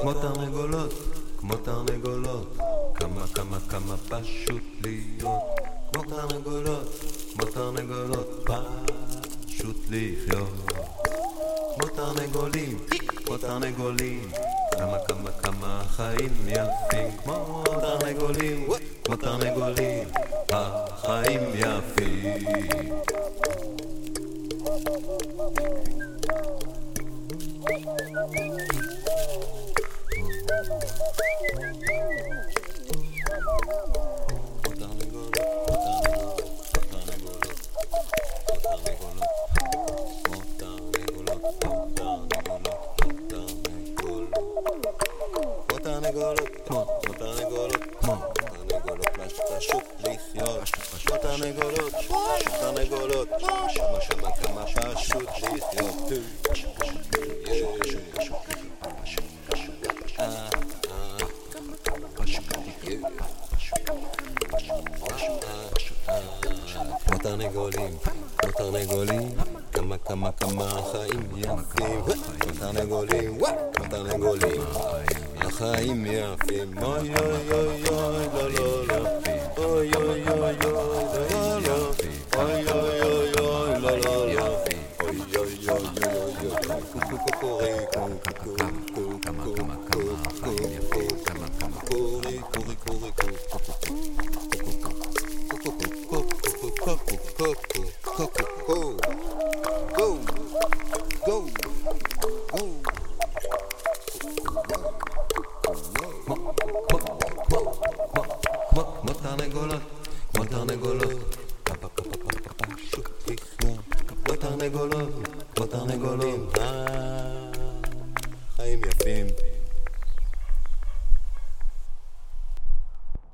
כמו תרנגולות, כמו תרנגולות, כמה כמה כמה פשוט להיות כמו תרנגולות, כמו תרנגולות, פשוט לחיות כמו תרנגולים, כמו תרנגולים, כמה כמה כמה חיים יפים כמו תרנגולים, כמו תרנגולים, החיים יפים. פשוט לחיות כמו תרנגולות, תרנגולות, שמה שמה כמה פשוט לחיות כמו תרנגולים, כמו תרנגולים, כמה כמה כמה חיים יפים כמו תרנגולים, כמו תרנגולים, החיים יפים. אוי אוי אוי אוי לא לא לא, אוי אוי אוי אוי לא לא, אוי אוי אוי אוי לא לא לא, אוי אוי אוי אוי קוקו קוקורי קוקו כמה כמה כמה החיים יפים, כמה כמה קורי קורי קורי כמו תרנגולות, כמו תרנגולות, פשוט לחיות כמו תרנגולות, כמו תרנגולים.